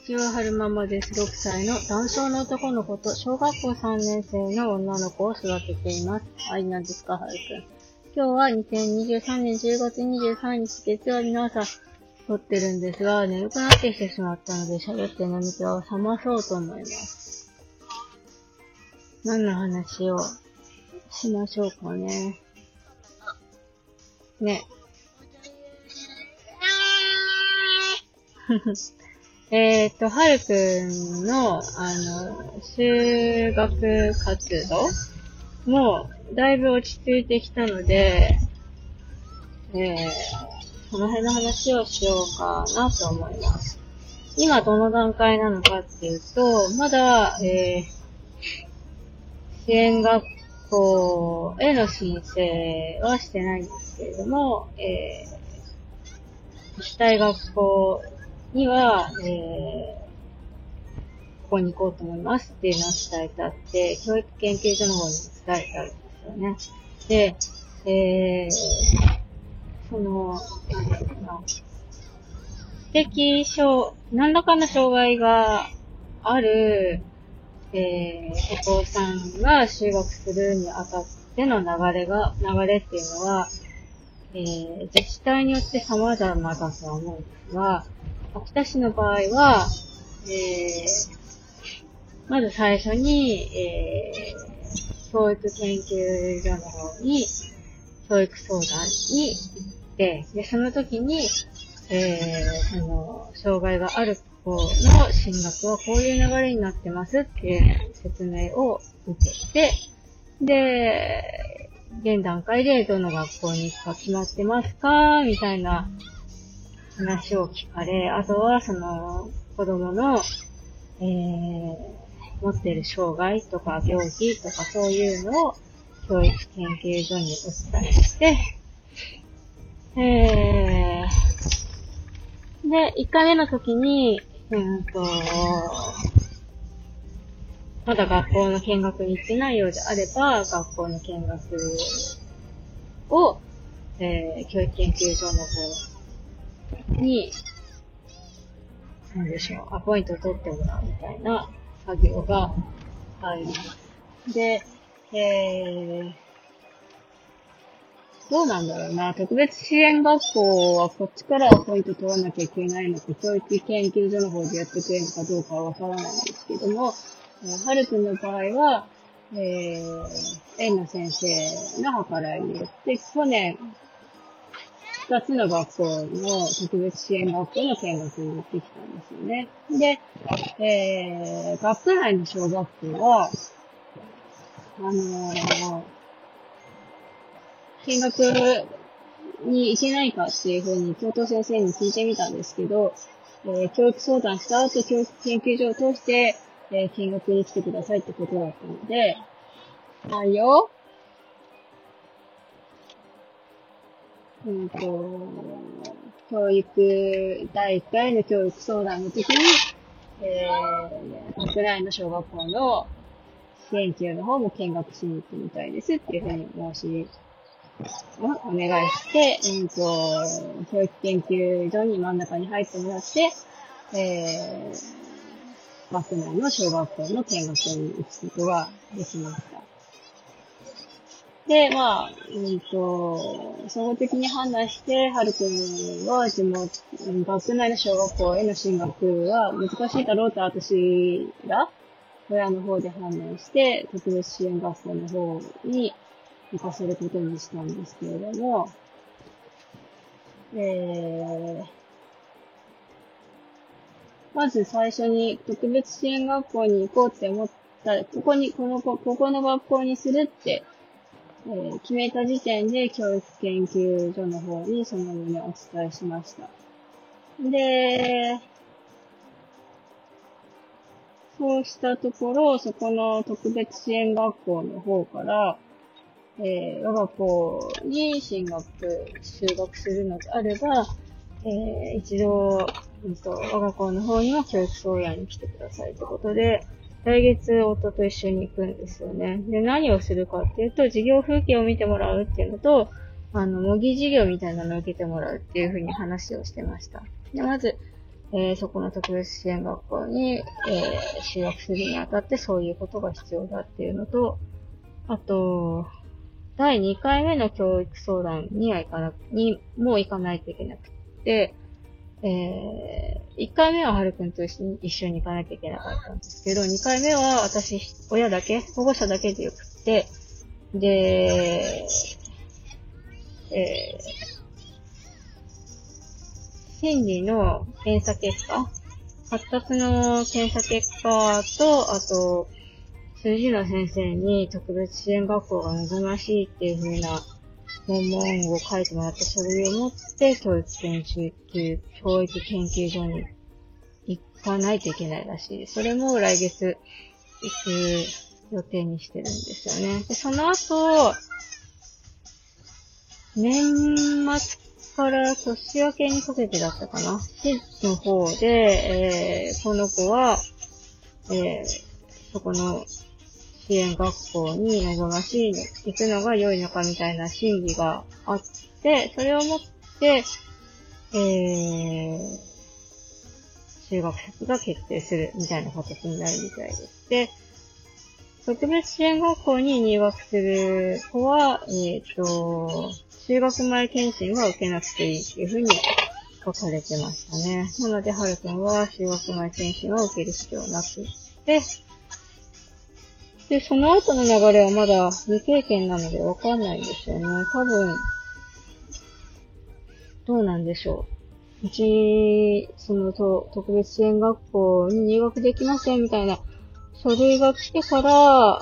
ちは、はるままです。6歳の男性の男の子と小学校3年生の女の子を育てています。はい、何ですか、はるくん。今日は2023年10月23日月曜日の朝、撮ってるんですが、眠くなってきてしまったので、喋って眠気を覚まそうと思います。何の話をしましょうかね。ね。はるくんの、修学活動も、だいぶ落ち着いてきたので、その辺の話をしようかなと思います。今どの段階なのかっていうと、まだ、支援学校への申請はしてないんですけれども、行きたい学校には、ここに行こうと思いますっていうのを伝えてあって、教育研究所の方に伝えてあるんですよね。で、何らかの障害がある、お子さんが就学するにあたっての流れっていうのは、自治体によって様々だとは思うんですが、秋田市の場合は、まず最初に、教育研究所の方に、教育相談に行って、で、その時に、障害がある子の進学はこういう流れになってますっていう説明を受けて、で、現段階でどの学校に行くか決まってますかみたいな話を聞かれ、あとはその子供の、持っている障害とか病気とかそういうのを教育研究所にお伝えして、で、1回目の時に、まだ学校の見学に行ってないようであれば、学校の見学を、教育研究所の方に、アポイントを取ってもらうみたいな作業があります。で、どうなんだろうな。特別支援学校はこっちからアポイント取らなきゃいけないのか、教育研究所の方でやってくれるのかどうかはわからないんですけども、はるくんの場合は、園の先生の計らいによって、去年、2つの学校の特別支援学校の見学に行ってきたんですよね。で、学区内の小学校は、見学に行けないかっていうふうに教頭先生に聞いてみたんですけど、教育相談した後、教育研究所を通して、見学に来てくださいってことだったので、はいよ。教育、第1回の教育相談の時に、国内の小学校の支援級の方も見学しに行ってみたいですっていうふうにお願いして、教育研究所に真ん中に入ってもらって、学内の小学校の見学に行くことができました。で、総合的に判断して、はるくんは学内の小学校への進学は難しいだろうと私が親の方で判断して、特別支援学校の方に行かせることにしたんですけれども、まず最初に特別支援学校に行こうって思ったら、ここの学校にするって、決めた時点で教育研究所の方にその旨をお伝えしました。で、そうしたところ、そこの特別支援学校の方から、我が校に就学するのであれば、一度、我が校の方にも教育相談に来てくださいということで、来月夫と一緒に行くんですよね。で、何をするかっていうと、授業風景を見てもらうっていうのと、模擬授業みたいなのを受けてもらうっていうふうに話をしてました。で、まず、 そこの特別支援学校に、就学するにあたってそういうことが必要だっていうのと、あと、第2回目の教育相談にもう行かないといけなくて、1回目ははるくんと一緒に行かなきゃいけなかったんですけど、2回目は私、親だけ、保護者だけでよくって、で、心理の検査結果、発達の検査結果と、あと、数字の先生に特別支援学校が望ましいっていう風な文言を書いてもらった書類を持って、教育研究所に行かないといけないらしいです。それも来月行く予定にしてるんですよね。で、その後、年末から年明けにかけてだったかな。市の方で、この子は、そこの支援学校に望ましいに行くのが良いのかみたいな審議があって、それをもって、就学先が決定するみたいな形になるみたいです。で、特別支援学校に入学する子は、就学前検診は受けなくていいっていうふうに書かれてましたね。なので、はるくんは就学前検診を受ける必要なくて、で、その後の流れはまだ未経験なのでわかんないんですよね。多分、どうなんでしょう。特別支援学校に入学できませんみたいな書類が来てから、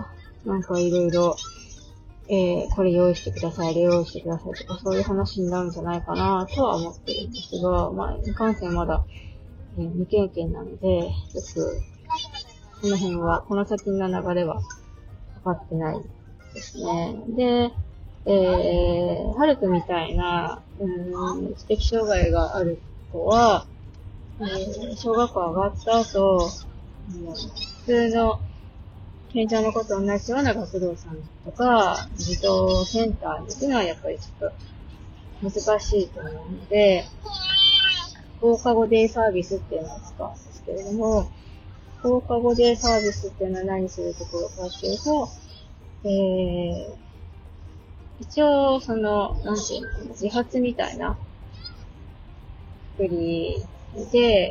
なんかいろいろ、これ用意してください、あれ用意してくださいとか、そういう話になるんじゃないかなとは思ってるんですが、まあ、いかんせんまだ、未経験なので、よく、この辺は、この先の流れは分かってないですね。で、はるくんみたいな、知的障害がある子は、小学校上がった後、普通の健常の子と同じような学童さんとか、児童センターに行くのはやっぱりちょっと難しいと思うので、放課後デイサービスっていうのを使うんですけれども、放課後デイサービスっていうのは何するところかっていうと、一応なんていうのかな、自発みたいな作りで、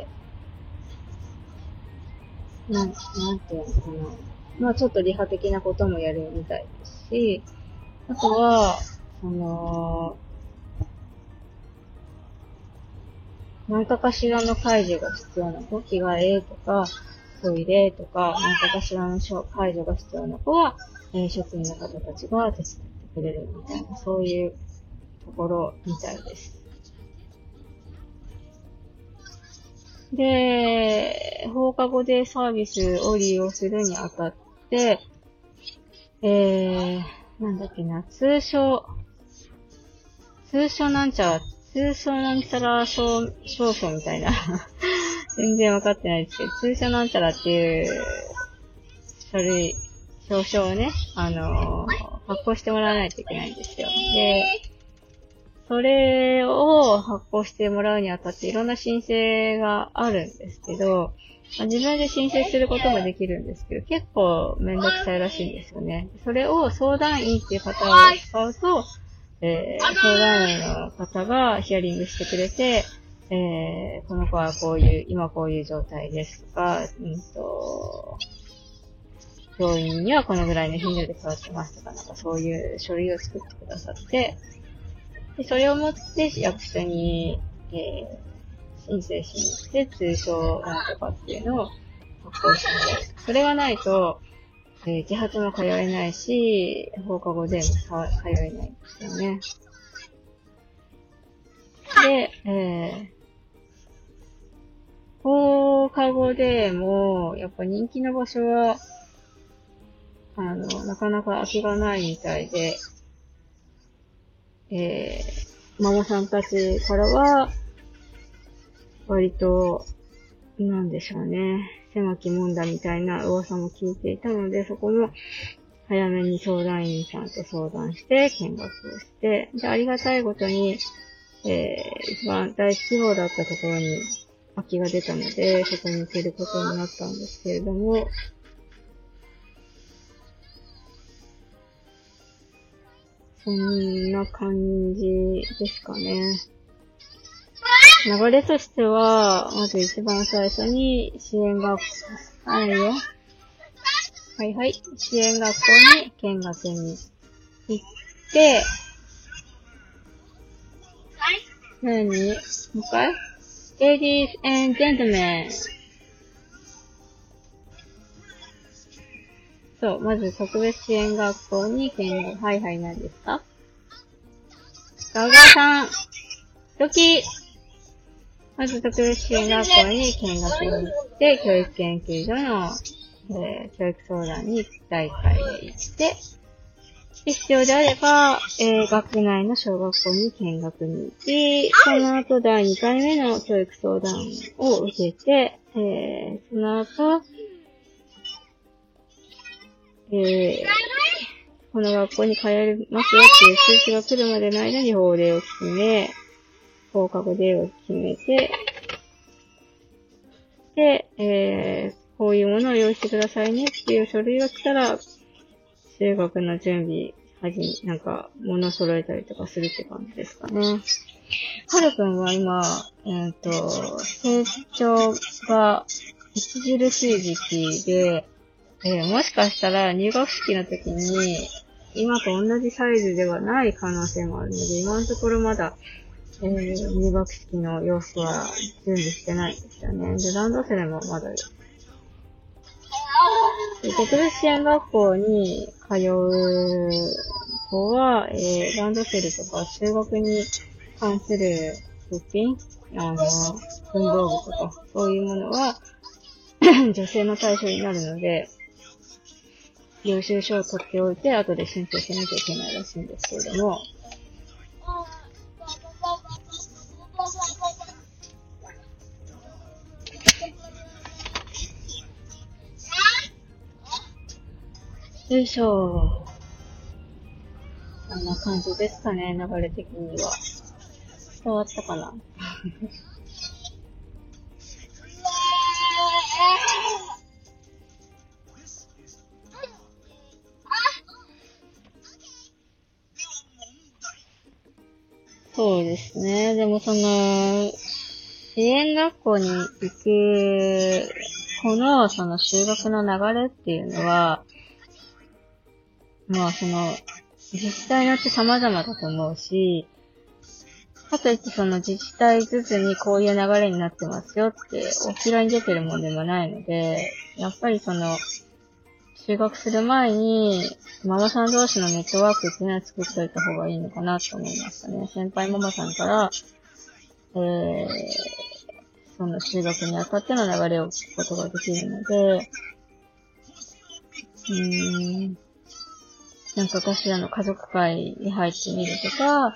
なんていうのかな。まあちょっと理派的なこともやるみたいですし、あとは、何かしらの介助が必要な子、着替えとか、トイレとか、何かしらの介助が必要な子は、職員の方たちが手伝ってくれるみたいな、そういうところみたいです。で、放課後デイサービスを利用するにあたって、なんだっけな、通称なんちゃら証書みたいな。全然わかってないですけど、通称なんちゃらっていう証書をね、発行してもらわないといけないんですよ。で、それを発行してもらうにあたっていろんな申請があるんですけど、自分で申請することもできるんですけど、結構めんどくさいらしいんですよね。それを相談員っていう方を使うと、相談員の方がヒアリングしてくれて、この子は今こういう状態ですとか、病院にはこのぐらいの頻度で通ってますとか、なんかそういう書類を作ってくださって、でそれを持って役所に、申請しに行って通称なんとかっていうのを発行してもらう。それがないと、自発も通えないし、放課後でも通えないんですよね。で、放課後でも、やっぱ人気の場所は、なかなか空きがないみたいで、ママさんたちからは、割と、なんでしょうね。狭き門だみたいな噂も聞いていたので、そこも早めに相談員さんと相談して見学をして、で、ありがたいことに、一番大規模だったところに、 空きが出たので、そこに行けることになったんですけれども、そんな感じですかね。流れとしては、まず一番最初に支援学校、はいはい。支援学校に見学に行って、何？もう一回？ Ladies and gentlemen。そう、まず特別支援学校に見学。はいはい、何ですか？ガガさん、ドキ。まず特別支援学校に見学に行って、教育研究所の、教育相談に大会へ行って、必要であれば、学内の小学校に見学に行き、その後第2回目の教育相談を受けて、その後、この学校に通えますよっていう通知が来るまでの間に法令を決め、放課後デーを決めて、で、こういうものを用意してくださいねっていう書類が来たら、中学の準備、なんか、物揃えたりとかするって感じですかね。はるくんは今、成長が著しい時期で、もしかしたら入学式の時に、今と同じサイズではない可能性もあるので、今のところまだ、入学式の様子は準備してないんですよね。で、ランドセルもまだです。特別支援学校に通う子は、ランドセルとか中学に関する物品、運動部とか、そういうものは女性の対象になるので、領収書を取っておいて、後で申請しなきゃいけないらしいんですけれども、よいしょ。こんな感じですかね、流れ的には。伝わったかなそうですね。でも支援学校に行く、この修学の流れっていうのは、まあ自治体によって様々だと思うし、かといって自治体ずつにこういう流れになってますよってお嫌いに出てるもんでもないので、やっぱり就学する前にママさん同士のネットワークっていうのは作っておいた方がいいのかなと思いましたね。先輩ママさんから、就学にあたっての流れを聞くことができるので、なんかしらの家族会に入ってみるとか、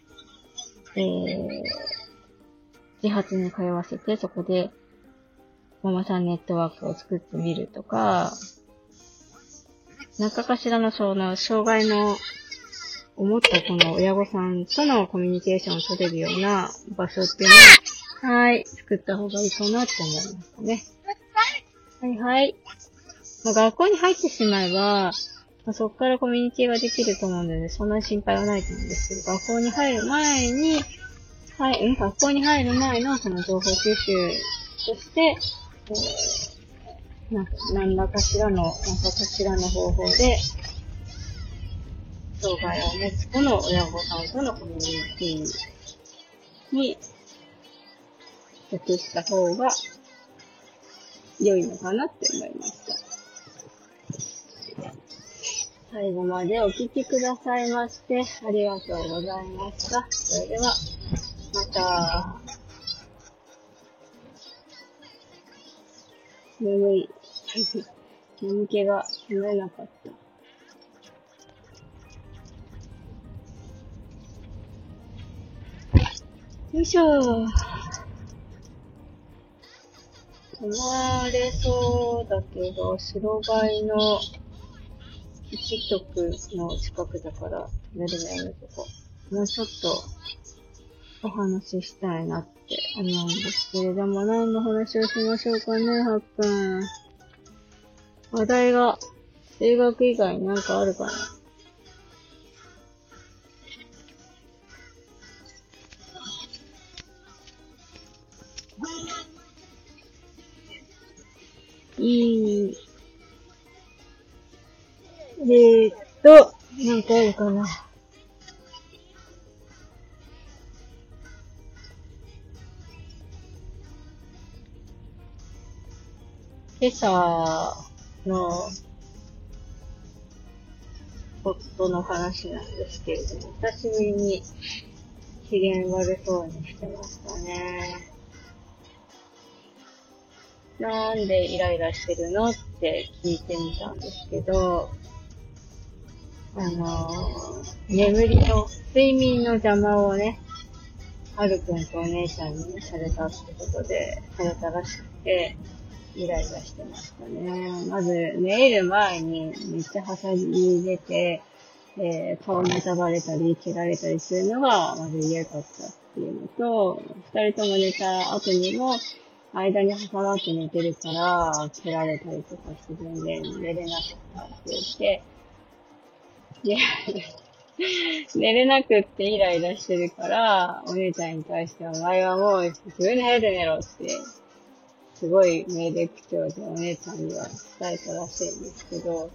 自発に通わせて、そこで、ママさんネットワークを作ってみるとか、なんかしらの障害の思ったこの親御さんとのコミュニケーションを取れるような場所っていうのを、はい、作った方がいいかなって思いましたね。はいはい。学校に入ってしまえば、そこからコミュニティができると思うので、そんなに心配はないと思うんですけど、学校に入る前の情報収集として、何らかしらの方法で、障害を持つ子の親御さんとのコミュニティに、属した方が良いのかなって思いました。最後までお聞きくださいまして、ありがとうございました。それでは、また。眠い。眠気が止めなかった。よいしょー。泊まれそうだけど、白バイの基地局の近くだから、寝るのやめとこう。もうちょっと、 お話ししたいなって思うんですけれども、何の話をしましょうかね、はっくん。話題が、数学以外になんかあるかな。なんかあるかな。今朝の夫の話なんですけれども、久しぶりに機嫌悪そうにしてましたね。なんでイライラしてるのって聞いてみたんですけど、睡眠の邪魔をね、はるくんとお姉ちゃんにされたってことで、されたらしくて、イライラしてましたね。まず、寝る前にめっちゃはしゃぎ出て、顔にたばれたり、蹴られたりするのが、まず嫌だったっていうのと、二人とも寝た後にも、間に挟まって寝てるから、蹴られたりとかして全然寝れなかったって言って、で、寝れなくってイライラしてるから、お姉ちゃんに対してお前はもう自分の部屋で寝ろって、すごい命令口調でお姉ちゃんには伝えたらしいんですけど、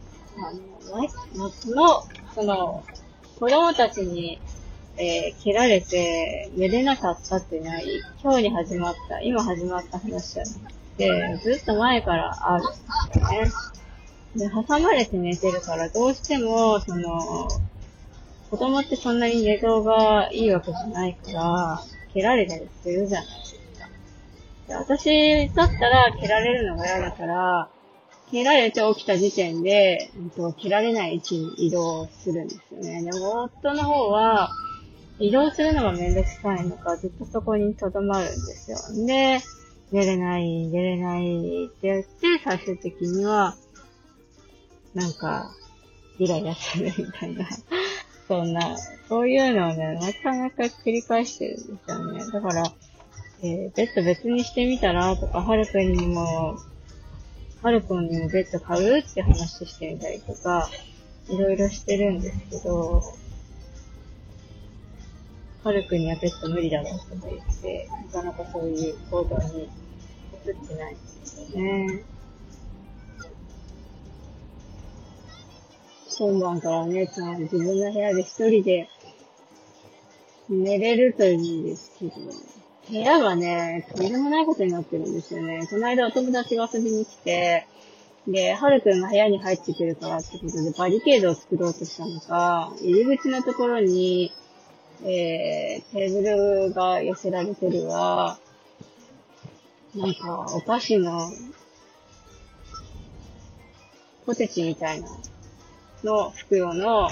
子供たちに、蹴られて寝れなかったってない、今始まった話じゃなくて、ずっと前からあるんですよね。で、挟まれて寝てるから、どうしても、子供ってそんなに寝相がいいわけじゃないから、蹴られたりするじゃないですか。で、私だったら蹴られるのが嫌だから、蹴られて起きた時点で、蹴られない位置に移動するんですよね。でも、夫の方は、移動するのがめんどくさいのか、ずっとそこに留まるんですよ。で、寝れないって言って、最終的には、なんか、イライラするみたいな。そういうのをね、なかなか繰り返してるんですよね。だから、ベッド別にしてみたらとか、はるくんにもベッド買うって話してみたりとか、いろいろしてるんですけど、はるくんにはベッド無理だろうとか言って、なかなかそういう行動に移ってないんですよね。今晩からお姉ちゃんは自分の部屋で一人で寝れるといいんですけど、部屋がね、とんでもないことになってるんですよね。この間お友達が遊びに来て、で、はるくんが部屋に入ってくるからってことでバリケードを作ろうとしたのか、入り口のところに、テーブルが寄せられてるわ。なんか、お菓子のポテチみたいなの袋の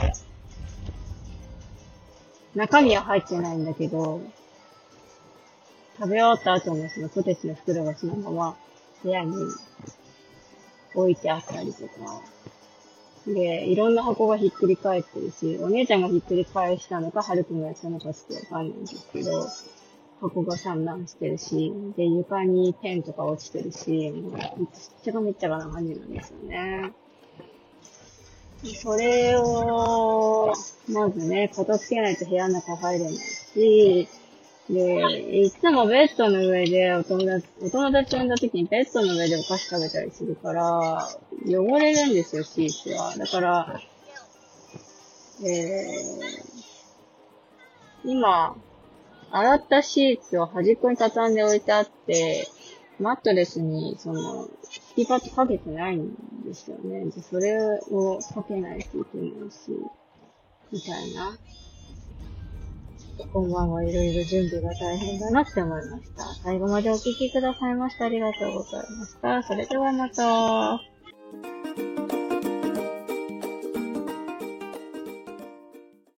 中身は入ってないんだけど、食べ終わった後のそのポテチの袋がそのまま部屋に置いてあったりとか。で、いろんな箱がひっくり返ってるし、お姉ちゃんがひっくり返したのか、はるくんがやったのかちょっとわかんないんですけど、箱が散乱してるし、で、床にペンとか落ちてるし、めっちゃかな感じなんですよね。それを、まずね、片付けないと部屋の中入れないし、で、いつもベッドの上でお友達呼んだ時にベッドの上でお菓子食べたりするから、汚れるんですよ、シーツは。だから、今、洗ったシーツを端っこに畳んで置いてあって、マットレスに、敷きパッドかけてないんですよね。で、それをかけないといけないし、みたいな。今晩はいろいろ準備が大変だなって思いました。最後までお聞きくださいましてありがとうございました。それではまた。